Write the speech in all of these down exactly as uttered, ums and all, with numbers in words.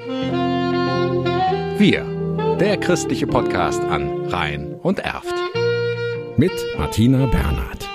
Wir, der christliche Podcast an Rhein und Erft. Mit Martina Bernhard.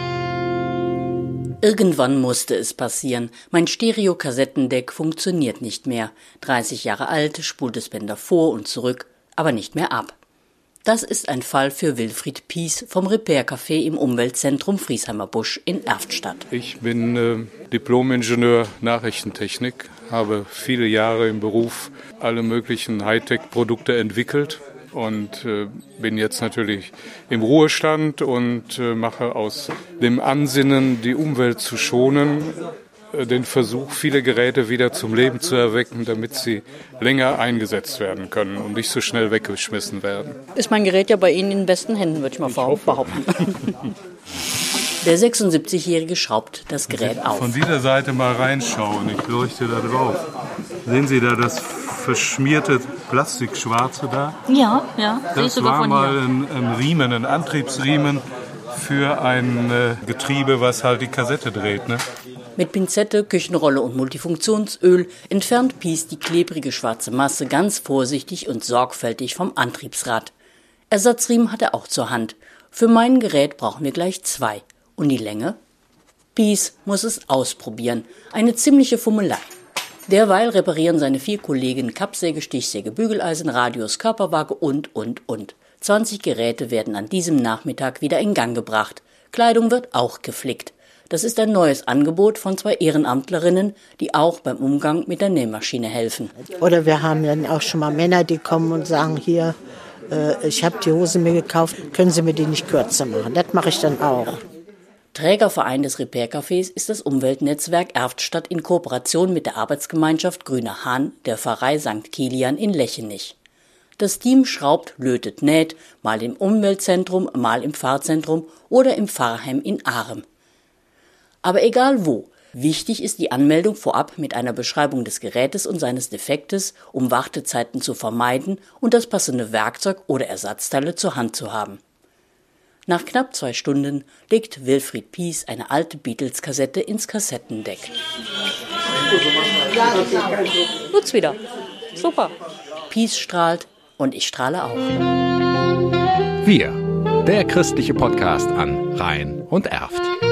Irgendwann musste es passieren. Mein Stereo-Kassettendeck funktioniert nicht mehr. dreißig Jahre alt, spult es Bänder vor und zurück, aber nicht mehr ab. Das ist ein Fall für Wilfried Pies vom Repair-Café im Umweltzentrum Friesheimer Busch in Erftstadt. Ich bin äh, Diplom-Ingenieur Nachrichtentechnik, habe viele Jahre im Beruf alle möglichen Hightech-Produkte entwickelt und äh, bin jetzt natürlich im Ruhestand und äh, mache aus dem Ansinnen, die Umwelt zu schonen, den Versuch, viele Geräte wieder zum Leben zu erwecken, damit sie länger eingesetzt werden können und nicht so schnell weggeschmissen werden. Ist mein Gerät ja bei Ihnen in den besten Händen, würde ich mal ich behaupten. Der sechsundsiebzigjährige schraubt das Gerät auf. Von dieser Seite mal reinschauen, ich leuchte da drauf. Sehen Sie da das verschmierte Plastikschwarze da? Ja, ja. Das war mal ein, ein Riemen, ein Antriebsriemen für ein äh, Getriebe, was halt die Kassette dreht, ne? Mit Pinzette, Küchenrolle und Multifunktionsöl entfernt Pies die klebrige schwarze Masse ganz vorsichtig und sorgfältig vom Antriebsrad. Ersatzriemen hat er auch zur Hand. Für mein Gerät brauchen wir gleich zwei. Und die Länge? Pies muss es ausprobieren. Eine ziemliche Fummelei. Derweil reparieren seine vier Kollegen Kappsäge, Stichsäge, Bügeleisen, Radius, Körperwaage und, und, und. zwanzig Geräte werden an diesem Nachmittag wieder in Gang gebracht. Kleidung wird auch geflickt. Das ist ein neues Angebot von zwei Ehrenamtlerinnen, die auch beim Umgang mit der Nähmaschine helfen. Oder wir haben dann auch schon mal Männer, die kommen und sagen, hier, äh, ich habe die Hose mir gekauft, können Sie mir die nicht kürzer machen? Das mache ich dann auch. Trägerverein des Repair-Cafés ist das Umweltnetzwerk Erftstadt in Kooperation mit der Arbeitsgemeinschaft Grüner Hahn der Pfarrei Sankt Kilian in Lechenich. Das Team schraubt, lötet, näht, mal im Umweltzentrum, mal im Pfarrzentrum oder im Pfarrheim in Ahrem. Aber egal wo, wichtig ist die Anmeldung vorab mit einer Beschreibung des Gerätes und seines Defektes, um Wartezeiten zu vermeiden und das passende Werkzeug oder Ersatzteile zur Hand zu haben. Nach knapp zwei Stunden legt Wilfried Pies eine alte Beatles-Kassette ins Kassettendeck. Tut's wieder. Super. Pies strahlt und ich strahle auch. Wir, der christliche Podcast an Rhein und Erft.